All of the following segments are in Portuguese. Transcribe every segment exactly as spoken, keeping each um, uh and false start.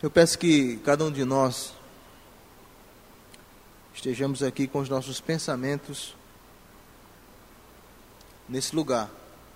Eu peço que cada um de nós estejamos aqui com os nossos pensamentos nesse lugar.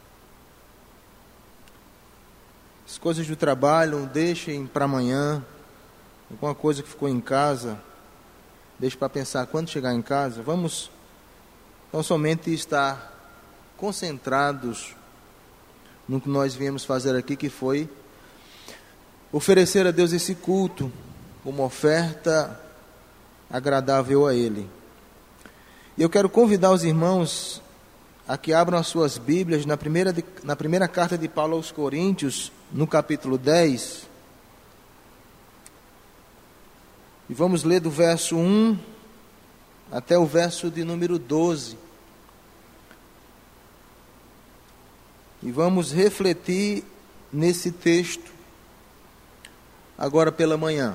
As coisas do trabalho deixem para amanhã. Alguma coisa que ficou em casa, deixe para pensar quando chegar em casa. Vamos não somente estar concentrados no que nós viemos fazer aqui, que foi oferecer a Deus esse culto como oferta agradável a Ele. E eu quero convidar os irmãos a que abram as suas Bíblias na primeira, na primeira carta de Paulo aos Coríntios, no capítulo dez. E vamos ler do verso um até o verso de número doze. E vamos refletir nesse texto agora pela manhã.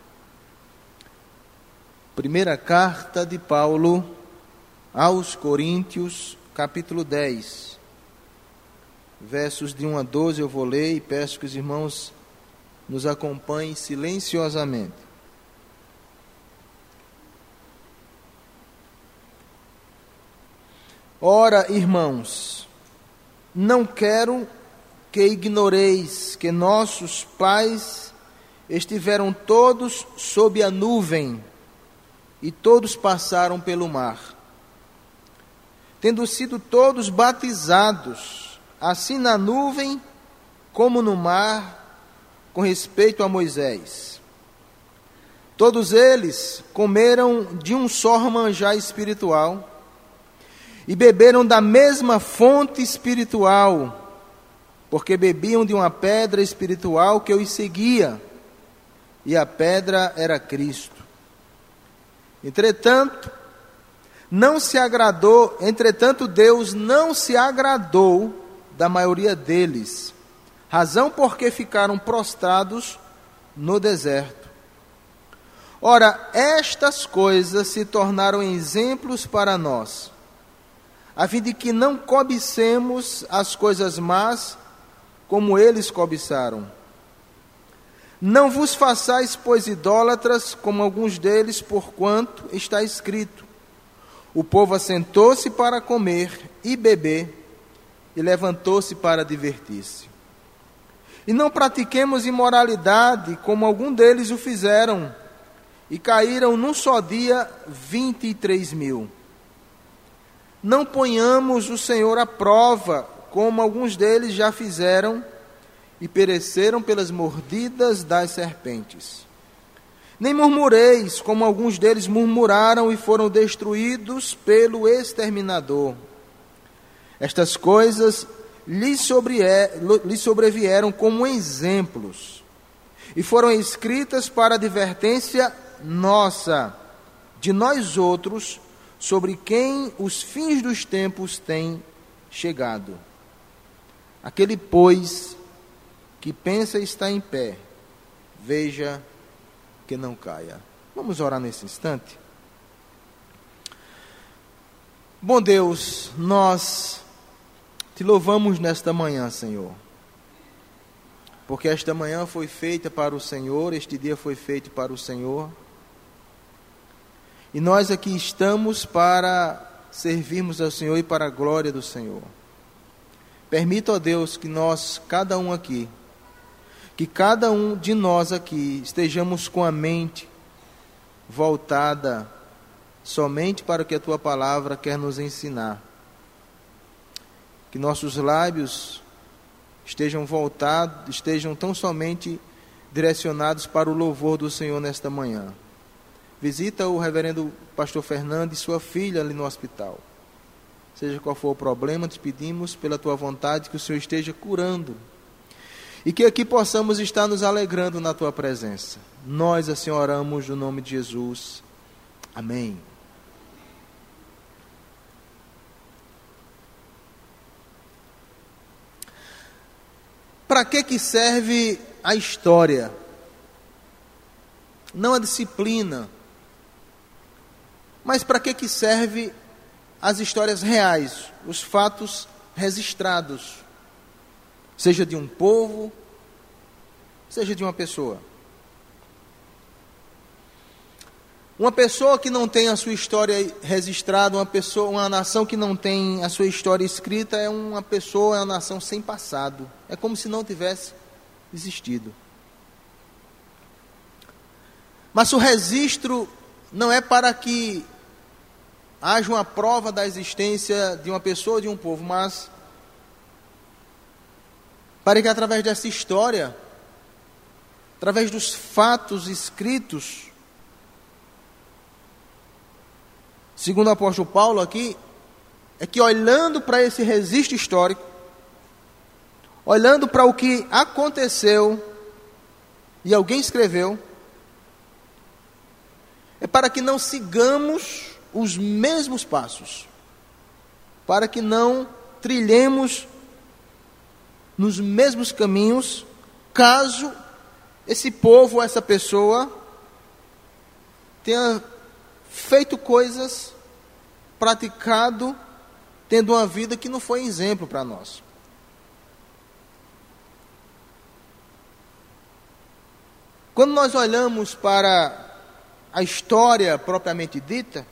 Primeira carta de Paulo aos Coríntios, capítulo dez, versos de um a doze eu vou ler e peço que os irmãos nos acompanhem silenciosamente. Ora, irmãos, não quero que ignoreis que nossos pais estiveram todos sob a nuvem e todos passaram pelo mar, tendo sido todos batizados, assim na nuvem como no mar, com respeito a Moisés. Todos eles comeram de um só manjar espiritual e beberam da mesma fonte espiritual, porque bebiam de uma pedra espiritual que os seguia, e a pedra era Cristo. Entretanto, não se agradou, entretanto Deus não se agradou da maioria deles, razão porque ficaram prostrados no deserto. Ora, estas coisas se tornaram exemplos para nós, a fim de que não cobicemos as coisas más como eles cobiçaram. Não vos façais, pois, idólatras, como alguns deles, porquanto está escrito: o povo assentou-se para comer e beber, e levantou-se para divertir-se. E não pratiquemos imoralidade, como alguns deles o fizeram, e caíram num só dia vinte e três mil. Não ponhamos o Senhor à prova, como alguns deles já fizeram, e pereceram pelas mordidas das serpentes. Nem murmureis, como alguns deles murmuraram e foram destruídos pelo exterminador. Estas coisas lhes sobrevieram como exemplos, e foram escritas para advertência nossa, de nós outros, sobre quem os fins dos tempos têm chegado. Aquele, pois, que pensa estar em pé, veja que não caia. Vamos orar nesse instante? Bom Deus, nós te louvamos nesta manhã, Senhor, porque esta manhã foi feita para o Senhor, este dia foi feito para o Senhor, e nós aqui estamos para servirmos ao Senhor e para a glória do Senhor. Permita, ó Deus, que nós, cada um aqui, que cada um de nós aqui estejamos com a mente voltada somente para o que a Tua Palavra quer nos ensinar. Que nossos lábios estejam voltados, estejam tão somente direcionados para o louvor do Senhor nesta manhã. Visita o reverendo pastor Fernando e sua filha ali no hospital. Seja qual for o problema, te pedimos pela Tua vontade que o Senhor esteja curando. E que aqui possamos estar nos alegrando na Tua presença. Nós assim oramos no nome de Jesus. Amém. Para que que serve a história? Não a disciplina. Mas para que que serve as histórias reais, os fatos registrados? Seja de um povo, seja de uma pessoa. Uma pessoa que não tem a sua história registrada, uma pessoa, uma nação que não tem a sua história escrita, é uma pessoa, é uma nação sem passado. É como se não tivesse existido. Mas o registro não é para que haja uma prova da existência de uma pessoa ou de um povo, mas para que através dessa história, através dos fatos escritos, segundo o apóstolo Paulo aqui, é que olhando para esse registro histórico, olhando para o que aconteceu e alguém escreveu, é para que não sigamos os mesmos passos, para que não trilhemos nos mesmos caminhos, caso esse povo, essa pessoa, tenha feito coisas, praticado, tendo uma vida que não foi exemplo para nós. Quando nós olhamos para a história propriamente dita,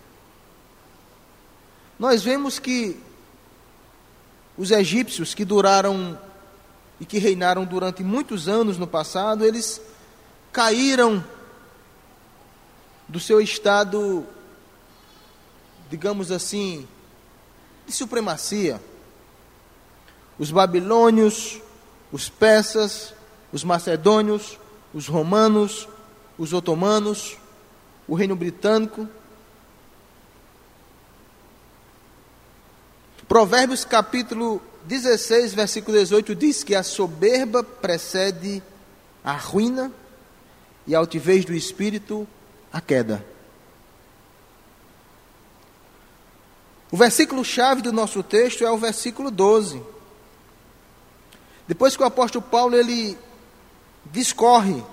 nós vemos que os egípcios que duraram e que reinaram durante muitos anos no passado, eles caíram do seu estado, digamos assim, de supremacia. Os babilônios, os persas, os macedônios, os romanos, os otomanos, o reino britânico. Provérbios capítulo dezesseis, versículo dezoito, diz que a soberba precede a ruína e a altivez do espírito a queda. O versículo-chave do nosso texto é o versículo doze. Depois que o apóstolo Paulo ele discorre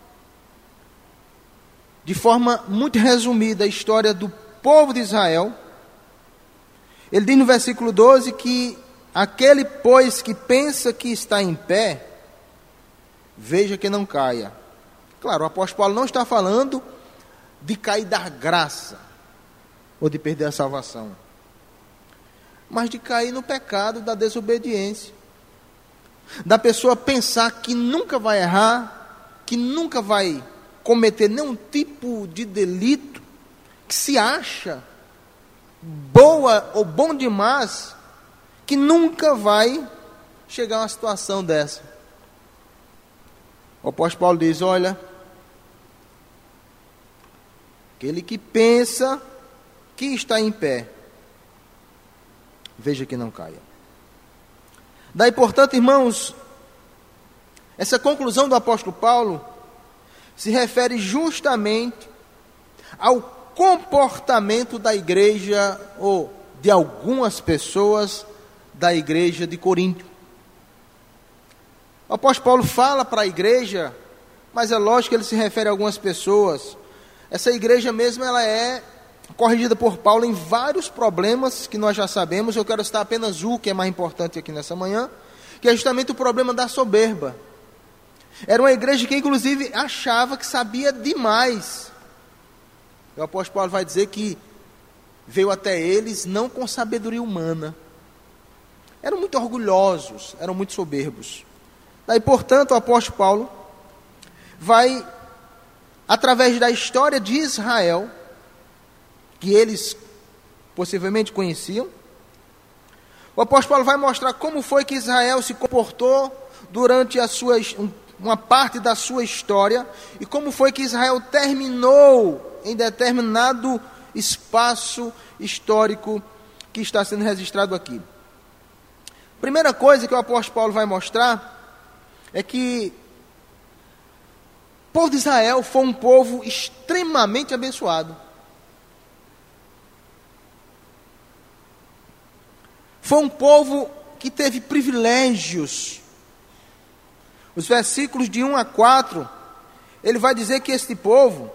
de forma muito resumida a história do povo de Israel, ele diz no versículo doze que aquele, pois, que pensa que está em pé, veja que não caia. Claro, o apóstolo Paulo não está falando de cair da graça, ou de perder a salvação, mas de cair no pecado da desobediência, da pessoa pensar que nunca vai errar, que nunca vai cometer nenhum tipo de delito, que se acha boa ou bom demais, que nunca vai chegar a uma situação dessa. O apóstolo Paulo diz, olha, aquele que pensa que está em pé, veja que não caia. Daí, portanto, irmãos, essa conclusão do apóstolo Paulo se refere justamente ao comportamento da igreja, ou de algumas pessoas da igreja de Corinto. O apóstolo Paulo fala para a igreja, mas é lógico que ele se refere a algumas pessoas. Essa igreja mesmo, ela é corrigida por Paulo em vários problemas que nós já sabemos. Eu quero citar apenas um que é mais importante aqui nessa manhã, que é justamente o problema da soberba. Era uma igreja que inclusive achava que sabia demais. O apóstolo Paulo vai dizer que veio até eles não com sabedoria humana. Eram muito orgulhosos, eram muito soberbos. Daí, portanto, o apóstolo Paulo vai, através da história de Israel, que eles possivelmente conheciam, o apóstolo Paulo vai mostrar como foi que Israel se comportou durante a sua, uma parte da sua história, e como foi que Israel terminou em determinado espaço histórico que está sendo registrado aqui. Primeira coisa que o apóstolo Paulo vai mostrar é que o povo de Israel foi um povo extremamente abençoado. Foi um povo que teve privilégios. Os versículos de um a quatro, ele vai dizer que este povo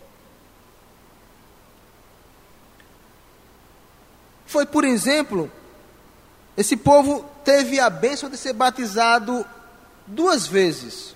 foi, por exemplo, esse povo teve a bênção de ser batizado duas vezes.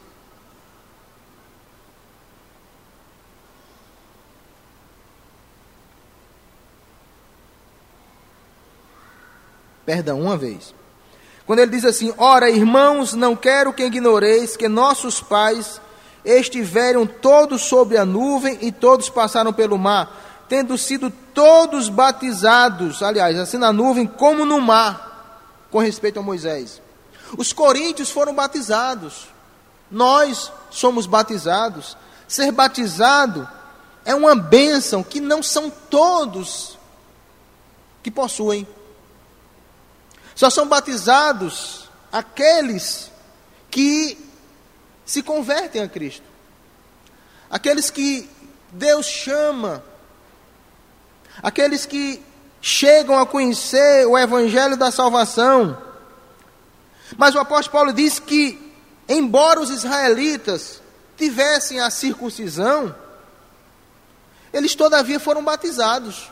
Perdão, uma vez. Quando ele diz assim: ora, irmãos, não quero que ignoreis que nossos pais estiveram todos sobre a nuvem e todos passaram pelo mar, tendo sido todos batizados, aliás, assim na nuvem como no mar, com respeito a Moisés. Os coríntios foram batizados, nós somos batizados. Ser batizado é uma bênção que não são todos que possuem. Só são batizados aqueles que se convertem a Cristo, aqueles que Deus chama, aqueles que chegam a conhecer o Evangelho da salvação. Mas o apóstolo Paulo diz que, embora os israelitas tivessem a circuncisão, eles todavia foram batizados.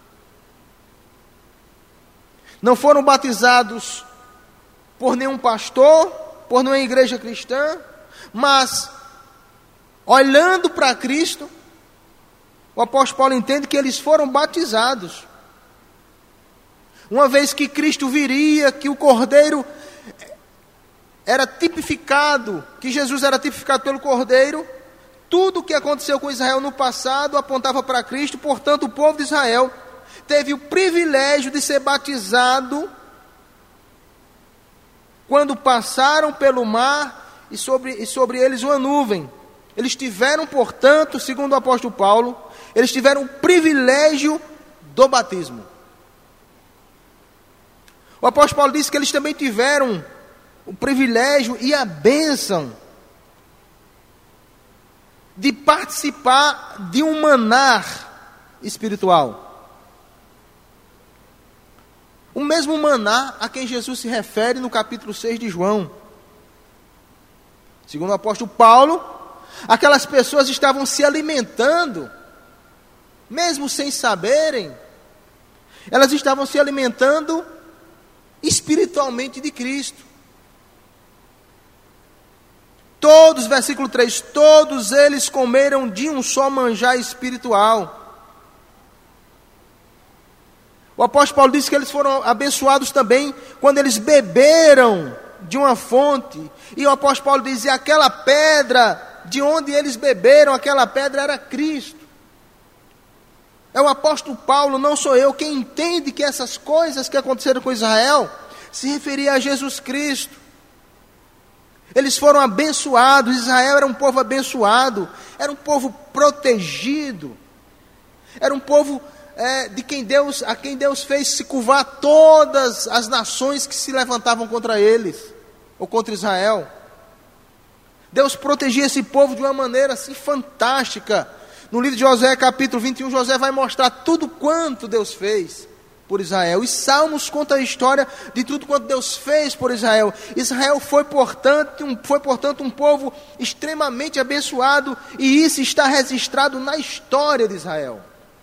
Não foram batizados por nenhum pastor, por nenhuma igreja cristã, mas, olhando para Cristo, o apóstolo Paulo entende que eles foram batizados. Uma vez que Cristo viria, que o Cordeiro era tipificado, que Jesus era tipificado pelo Cordeiro, tudo o que aconteceu com Israel no passado apontava para Cristo. Portanto, o povo de Israel teve o privilégio de ser batizado quando passaram pelo mar e sobre, e sobre eles uma nuvem. Eles tiveram, portanto, segundo o apóstolo Paulo, eles tiveram o privilégio do batismo. O apóstolo Paulo disse que eles também tiveram o privilégio e a bênção de participar de um manar espiritual. O mesmo maná a quem Jesus se refere no capítulo seis de João. Segundo o apóstolo Paulo, aquelas pessoas estavam se alimentando, mesmo sem saberem, elas estavam se alimentando espiritualmente de Cristo. Todos, versículo três, todos eles comeram de um só manjar espiritual. O apóstolo Paulo disse que eles foram abençoados também quando eles beberam de uma fonte. E o apóstolo Paulo dizia: aquela pedra de onde eles beberam, aquela pedra era Cristo. É o apóstolo Paulo, não sou eu, quem entende que essas coisas que aconteceram com Israel se referia a Jesus Cristo. Eles foram abençoados. Israel era um povo abençoado, era um povo protegido, era um povo é, de quem Deus, a quem Deus fez se curvar todas as nações que se levantavam contra eles, ou contra Israel. Deus protegia esse povo de uma maneira assim fantástica. No livro de Josué, capítulo vinte e um, Josué vai mostrar tudo quanto Deus fez por Israel. E Salmos conta a história de tudo quanto Deus fez por Israel. Israel foi, portanto, um, foi, portanto, um povo extremamente abençoado, e isso está registrado na história de Israel.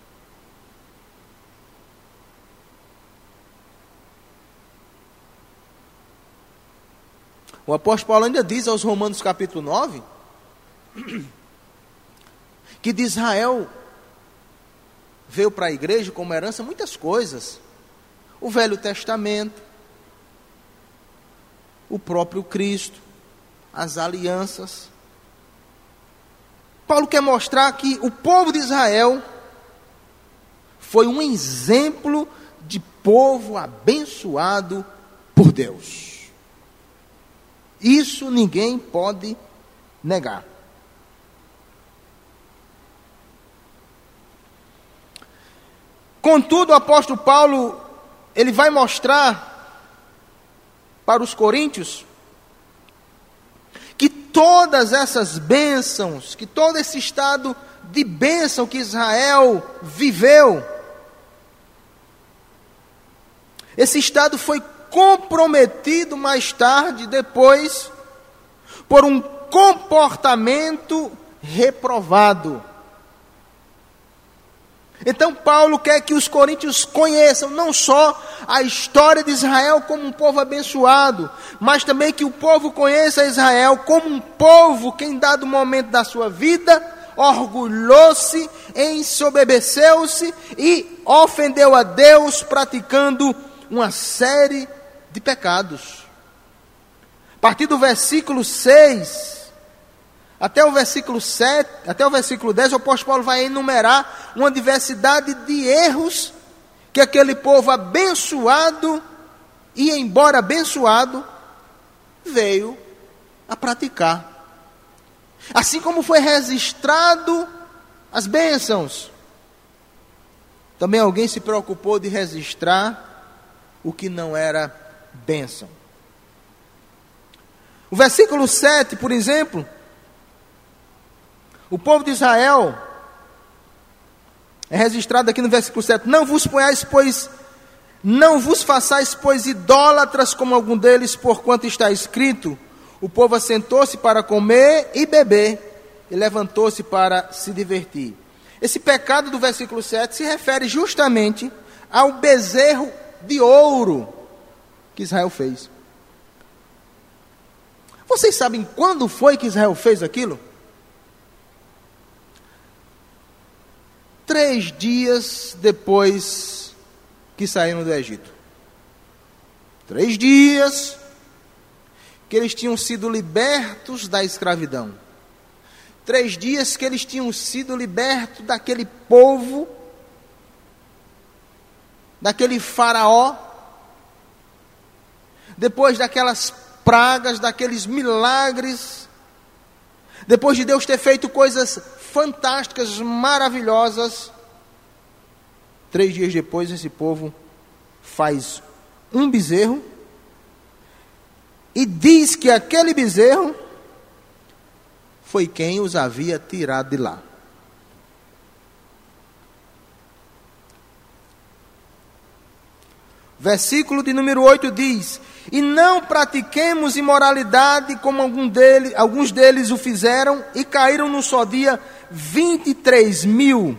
O apóstolo Paulo ainda diz aos Romanos capítulo nove, que de Israel veio para a igreja como herança muitas coisas. O Velho Testamento, o próprio Cristo, as alianças. Paulo quer mostrar que o povo de Israel foi um exemplo de povo abençoado por Deus. Isso ninguém pode negar. Contudo, o apóstolo Paulo, ele vai mostrar para os coríntios que todas essas bênçãos, que todo esse estado de bênção que Israel viveu, esse estado foi comprometido mais tarde, depois, por um comportamento reprovado. Então Paulo quer que os coríntios conheçam não só a história de Israel como um povo abençoado, mas também que o povo conheça Israel como um povo que em dado momento da sua vida orgulhou-se, ensoberbeceu-se e ofendeu a Deus praticando uma série de pecados. A partir do versículo seis até o versículo sete, até o versículo dez, o apóstolo Paulo vai enumerar uma diversidade de erros que aquele povo abençoado, e embora abençoado, veio a praticar. Assim como foi registrado as bênçãos, também alguém se preocupou de registrar o que não era bênção. O versículo sete, por exemplo, o povo de Israel, é registrado aqui no versículo sete, não vos ponhais, pois, não vos façais, pois, idólatras como algum deles, porquanto está escrito, o povo assentou-se para comer e beber, e levantou-se para se divertir. Esse pecado do versículo sete se refere justamente ao bezerro de ouro que Israel fez. Vocês sabem quando foi que Israel fez aquilo? Três dias depois que saíram do Egito. Três dias que eles tinham sido libertos da escravidão. Três dias que eles tinham sido libertos daquele povo, daquele faraó, depois daquelas pragas, daqueles milagres, depois de Deus ter feito coisas fantásticas, maravilhosas, três dias depois esse povo faz um bezerro e diz que aquele bezerro foi quem os havia tirado de lá. Versículo de número oito diz: e não pratiquemos imoralidade como algum deles, alguns deles o fizeram, e caíram num só dia vinte e três mil.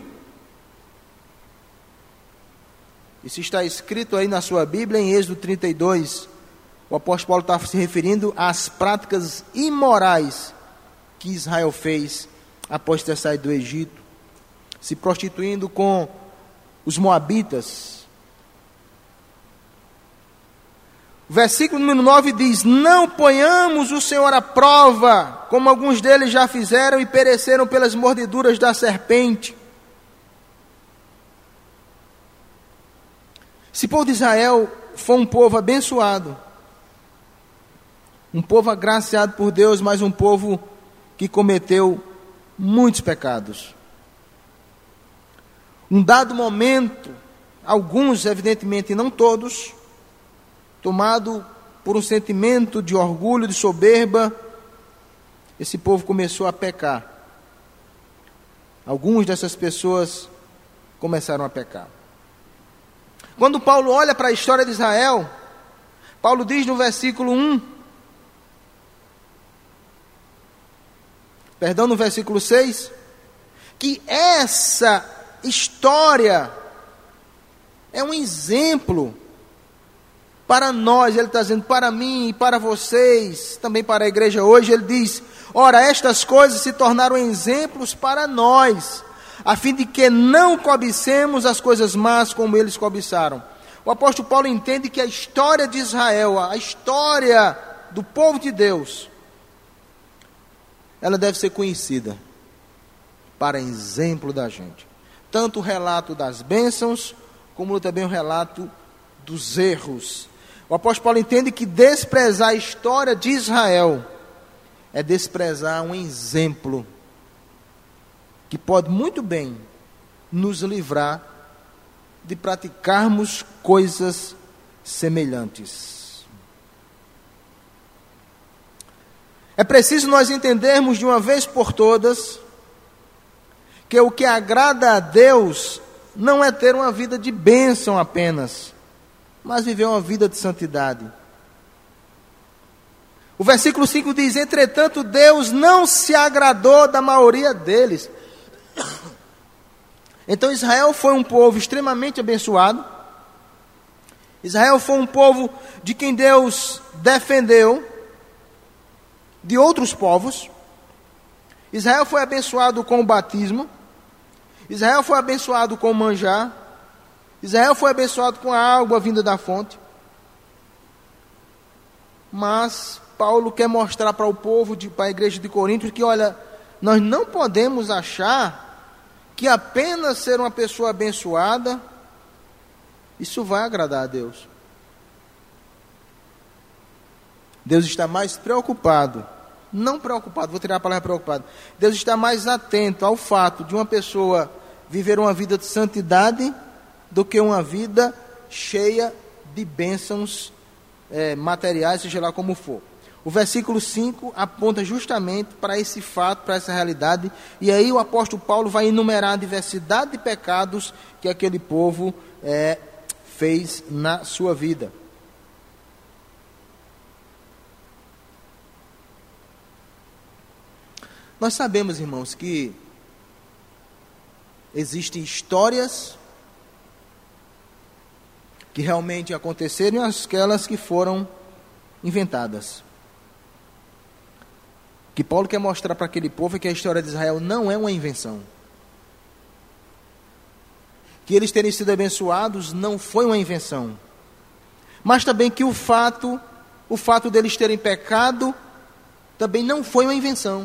Isso está escrito aí na sua Bíblia, em Êxodo trinta e dois. O apóstolo Paulo está se referindo às práticas imorais que Israel fez após ter saído do Egito, se prostituindo com os moabitas. O versículo número nove diz: não ponhamos o Senhor à prova, como alguns deles já fizeram e pereceram pelas mordeduras da serpente. Esse povo de Israel foi um povo abençoado, um povo agraciado por Deus, mas um povo que cometeu muitos pecados. Um dado momento, alguns, evidentemente não todos, tomado por um sentimento de orgulho, de soberba, esse povo começou a pecar. Algumas dessas pessoas começaram a pecar. Quando Paulo olha para a história de Israel, Paulo diz no versículo um, perdão, no versículo seis, que essa história é um exemplo para nós. Ele está dizendo para mim e para vocês, também para a igreja hoje. Ele diz: ora, estas coisas se tornaram exemplos para nós, a fim de que não cobicemos as coisas más como eles cobiçaram. O apóstolo Paulo entende que a história de Israel, a história do povo de Deus, ela deve ser conhecida para exemplo da gente. Tanto o relato das bênçãos, como também o relato dos erros. O apóstolo Paulo entende que desprezar a história de Israel é desprezar um exemplo que pode muito bem nos livrar de praticarmos coisas semelhantes. É preciso nós entendermos de uma vez por todas que o que agrada a Deus não é ter uma vida de bênção apenas, mas viver uma vida de santidade. O versículo cinco diz: entretanto Deus não se agradou da maioria deles. Então Israel foi um povo extremamente abençoado. Israel foi um povo de quem Deus defendeu de outros povos. Israel foi abençoado com o batismo. Israel foi abençoado com o manjar. Israel foi abençoado com a água vinda da fonte. mas Paulo quer mostrar para o povo, de, para a igreja de Corinto, que olha, nós não podemos achar que apenas ser uma pessoa abençoada, isso vai agradar a Deus. Deus está mais preocupado, não preocupado, vou tirar a palavra preocupado, Deus está mais atento ao fato de uma pessoa viver uma vida de santidade do que uma vida cheia de bênçãos é, materiais, seja lá como for. O versículo cinco aponta justamente para esse fato, para essa realidade, e aí o apóstolo Paulo vai enumerar a diversidade de pecados que aquele povo é, fez na sua vida. Nós sabemos, irmãos, que existem histórias que realmente aconteceram e aquelas que foram inventadas. O que Paulo quer mostrar para aquele povo é que a história de Israel não é uma invenção. Que eles terem sido abençoados não foi uma invenção. Mas também que o fato, o fato deles terem pecado também não foi uma invenção.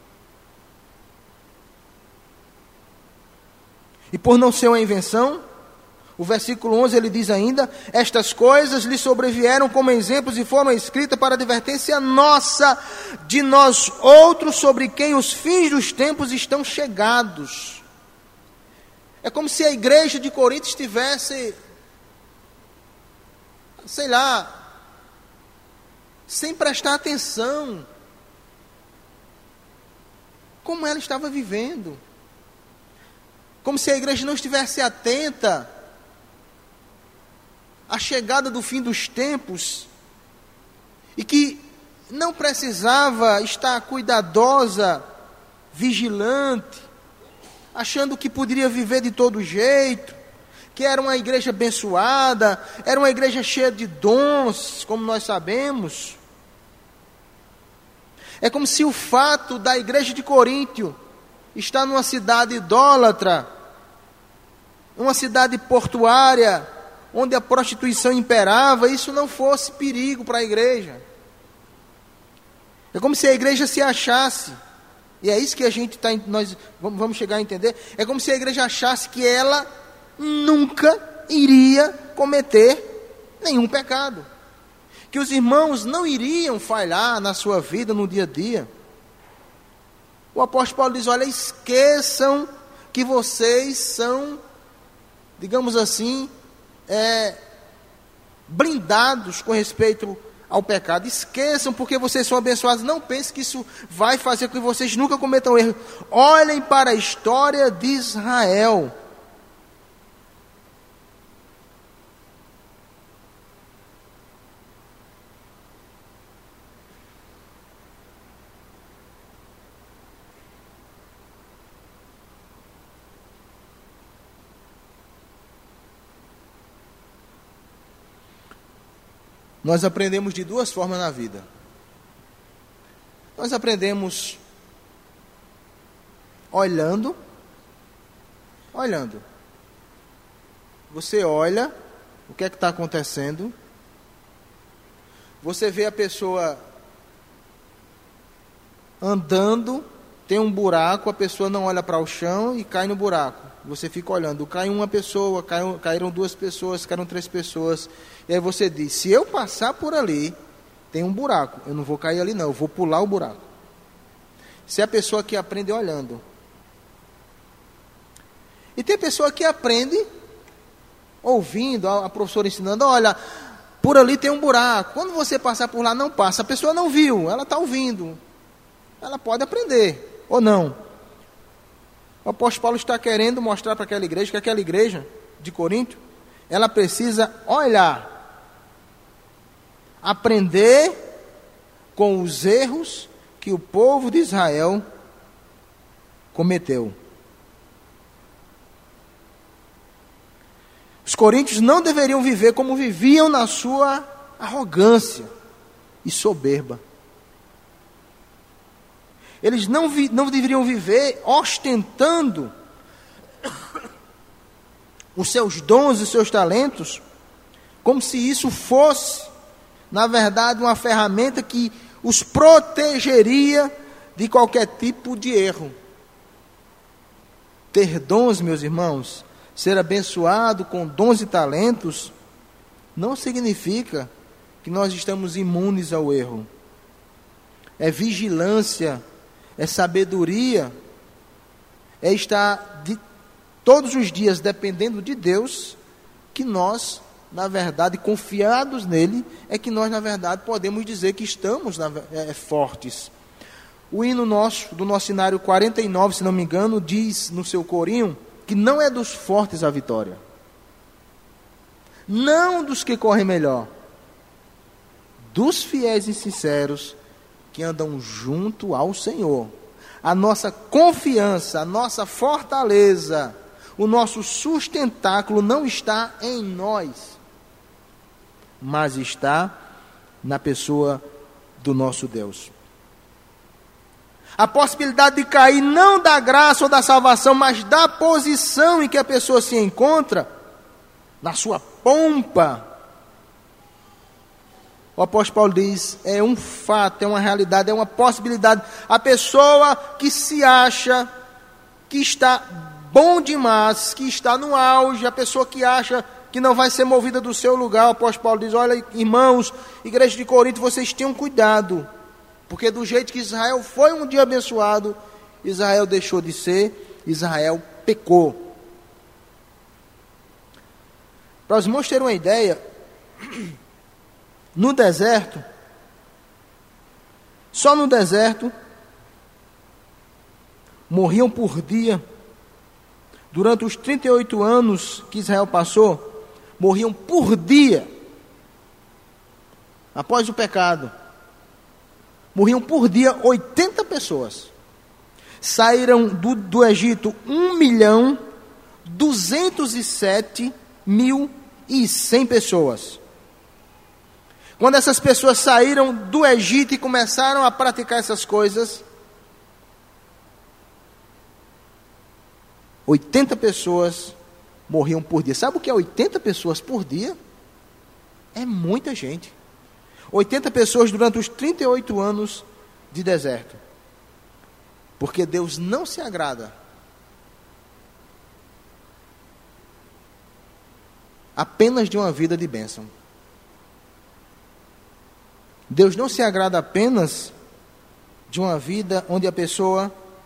E por não ser uma invenção, o versículo onze ele diz ainda: estas coisas lhe sobrevieram como exemplos e foram escritas para advertência nossa, de nós outros, sobre quem os fins dos tempos estão chegados. É como se a igreja de Corinto estivesse, sei lá, sem prestar atenção como ela estava vivendo. Como se a igreja não estivesse atenta à chegada do fim dos tempos e que não precisava estar cuidadosa, vigilante, achando que poderia viver de todo jeito, que era uma igreja abençoada, era uma igreja cheia de dons, como nós sabemos. É como se o fato da igreja de Corinto estar numa cidade idólatra, uma cidade portuária, onde a prostituição imperava, isso não fosse perigo para a igreja. É como se a igreja se achasse, e é isso que a gente está, nós vamos chegar a entender, é como se a igreja achasse que ela nunca iria cometer nenhum pecado, que os irmãos não iriam falhar na sua vida, no dia a dia. O apóstolo Paulo diz: olha, esqueçam que vocês são, digamos assim, é, blindados com respeito ao pecado. Esqueçam, porque vocês são abençoados. Não pensem que isso vai fazer com que vocês nunca cometam erro. Olhem para a história de Israel. Nós aprendemos de duas formas na vida. Nós aprendemos olhando, olhando. Você olha o que é que está acontecendo, você vê a pessoa andando, tem um buraco, a pessoa não olha para o chão e cai no buraco. Você fica olhando, cai uma pessoa, caiu, caíram duas pessoas, caíram três pessoas. E aí você diz: se eu passar por ali, tem um buraco, eu não vou cair ali não, eu vou pular o buraco. Se é a pessoa que aprende olhando. E tem pessoa que aprende ouvindo, a, a professora ensinando: olha, por ali tem um buraco, quando você passar por lá, não passa. A pessoa não viu, ela está ouvindo. Ela pode aprender, ou não. O apóstolo Paulo está querendo mostrar para aquela igreja, que aquela igreja de Corinto, ela precisa olhar, aprender com os erros que o povo de Israel cometeu. Os coríntios não deveriam viver como viviam na sua arrogância e soberba. Eles não, vi, não deveriam viver ostentando os seus dons e os seus talentos, como se isso fosse na verdade, uma ferramenta que os protegeria de qualquer tipo de erro. Ter dons, meus irmãos, ser abençoado com dons e talentos, não significa que nós estamos imunes ao erro. É vigilância, é sabedoria, é estar de, todos os dias dependendo de Deus, que nós, na verdade, confiados nele, é que nós, na verdade, podemos dizer que estamos na, é, fortes. O hino nosso, do nosso cenário quarenta e nove, se não me engano, diz no seu corinho, que não é dos fortes a vitória, não dos que correm melhor, dos fiéis e sinceros que andam junto ao Senhor. A nossa confiança, a nossa fortaleza, o nosso sustentáculo não está em nós, mas está na pessoa do nosso Deus. A possibilidade de cair não da graça ou da salvação, mas da posição em que a pessoa se encontra, na sua pompa. O apóstolo Paulo diz, é um fato, é uma realidade, é uma possibilidade. A pessoa que se acha que está bom demais, que está no auge, a pessoa que acha que não vai ser movida do seu lugar, o apóstolo Paulo diz, olha, irmãos, igreja de Corinto, vocês tenham cuidado, porque do jeito que Israel foi um dia abençoado, Israel deixou de ser, Israel pecou. Para os irmãos terem uma ideia, no deserto, só no deserto, morriam por dia, durante os trinta e oito anos que Israel passou, morriam por dia, após o pecado, morriam por dia oitenta pessoas. Saíram do, do Egito um milhão duzentos e sete mil e cem pessoas. Quando essas pessoas saíram do Egito e começaram a praticar essas coisas, oitenta pessoas morriam por dia. Sabe o que é oitenta pessoas por dia? É muita gente. oitenta pessoas durante os trinta e oito anos de deserto. Porque Deus não se agrada apenas de uma vida de bênção. Deus não se agrada apenas de uma vida onde a pessoa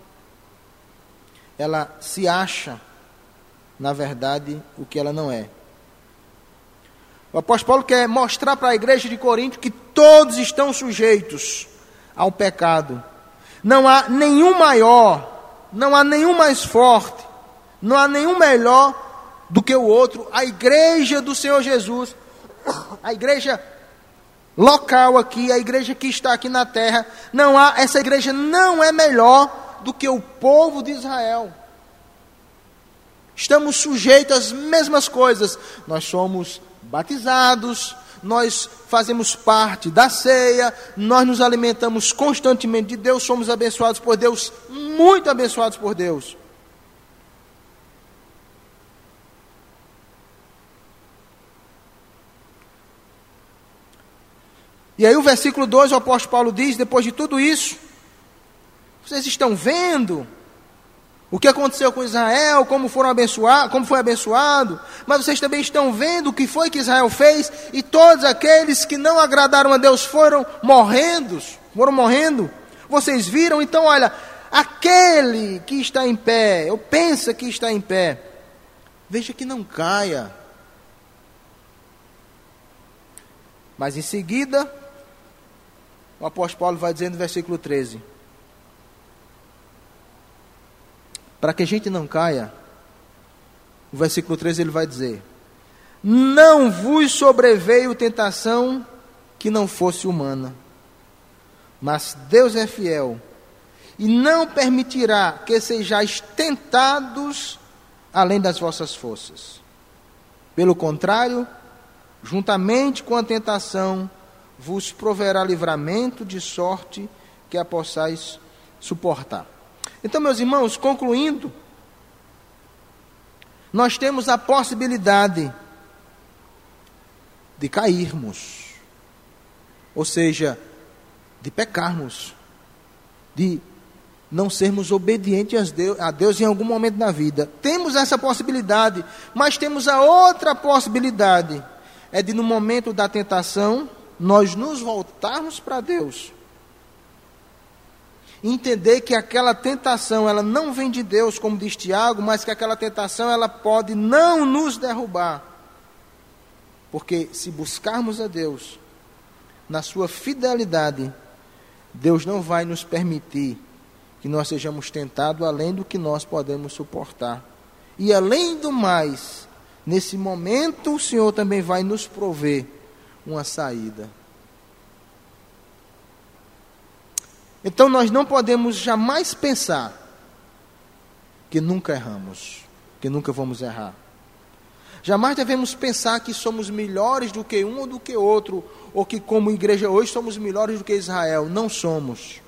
ela se acha, na verdade, o que ela não é. O apóstolo Paulo quer mostrar para a igreja de Corinto que todos estão sujeitos ao pecado. Não há nenhum maior, não há nenhum mais forte, não há nenhum melhor do que o outro. A igreja do Senhor Jesus, a igreja local aqui, a igreja que está aqui na terra, não há, essa igreja não é melhor do que o povo de Israel. Estamos sujeitos às mesmas coisas. Nós somos batizados, nós fazemos parte da ceia, nós nos alimentamos constantemente de Deus, somos abençoados por Deus, muito abençoados por Deus. E aí o versículo dois, o apóstolo Paulo diz, depois de tudo isso, vocês estão vendo o que aconteceu com Israel, como foram abençoados, como foi abençoado, mas vocês também estão vendo o que foi que Israel fez, e todos aqueles que não agradaram a Deus foram morrendo, foram morrendo. Vocês viram? Então, olha, aquele que está em pé, ou pensa que está em pé, veja que não caia. Mas em seguida, o apóstolo Paulo vai dizer no versículo treze, para que a gente não caia, o versículo treze ele vai dizer, não vos sobreveio tentação que não fosse humana, mas Deus é fiel, e não permitirá que sejais tentados além das vossas forças. Pelo contrário, juntamente com a tentação, vos proverá livramento de sorte que a possais suportar. Então, meus irmãos, concluindo, nós temos a possibilidade de cairmos. ou seja, de pecarmos, de não sermos obedientes a Deus, a Deus em algum momento da vida. Temos essa possibilidade, mas temos a outra possibilidade, é de no momento da tentação, nós nos voltarmos para Deus. Entender que aquela tentação, ela não vem de Deus, como diz Tiago, mas que aquela tentação, ela pode não nos derrubar. Porque se buscarmos a Deus, na sua fidelidade, Deus não vai nos permitir que nós sejamos tentados além do que nós podemos suportar. E além do mais, nesse momento o Senhor também vai nos prover uma saída. Então nós não podemos jamais pensar que nunca erramos, que nunca vamos errar. Jamais devemos pensar que somos melhores do que um ou do que outro, ou que como igreja hoje somos melhores do que Israel. Não somos.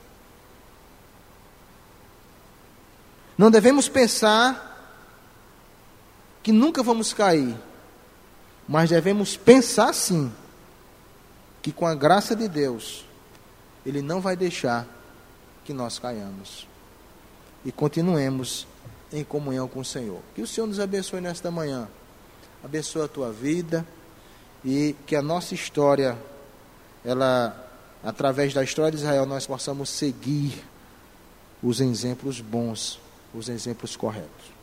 Não devemos pensar que nunca vamos cair, mas devemos pensar sim, que com a graça de Deus, Ele não vai deixar que nós caiamos. E continuemos em comunhão com o Senhor. Que o Senhor nos abençoe nesta manhã. Abençoe a tua vida e que a nossa história, ela, através da história de Israel, nós possamos seguir os exemplos bons, os exemplos corretos.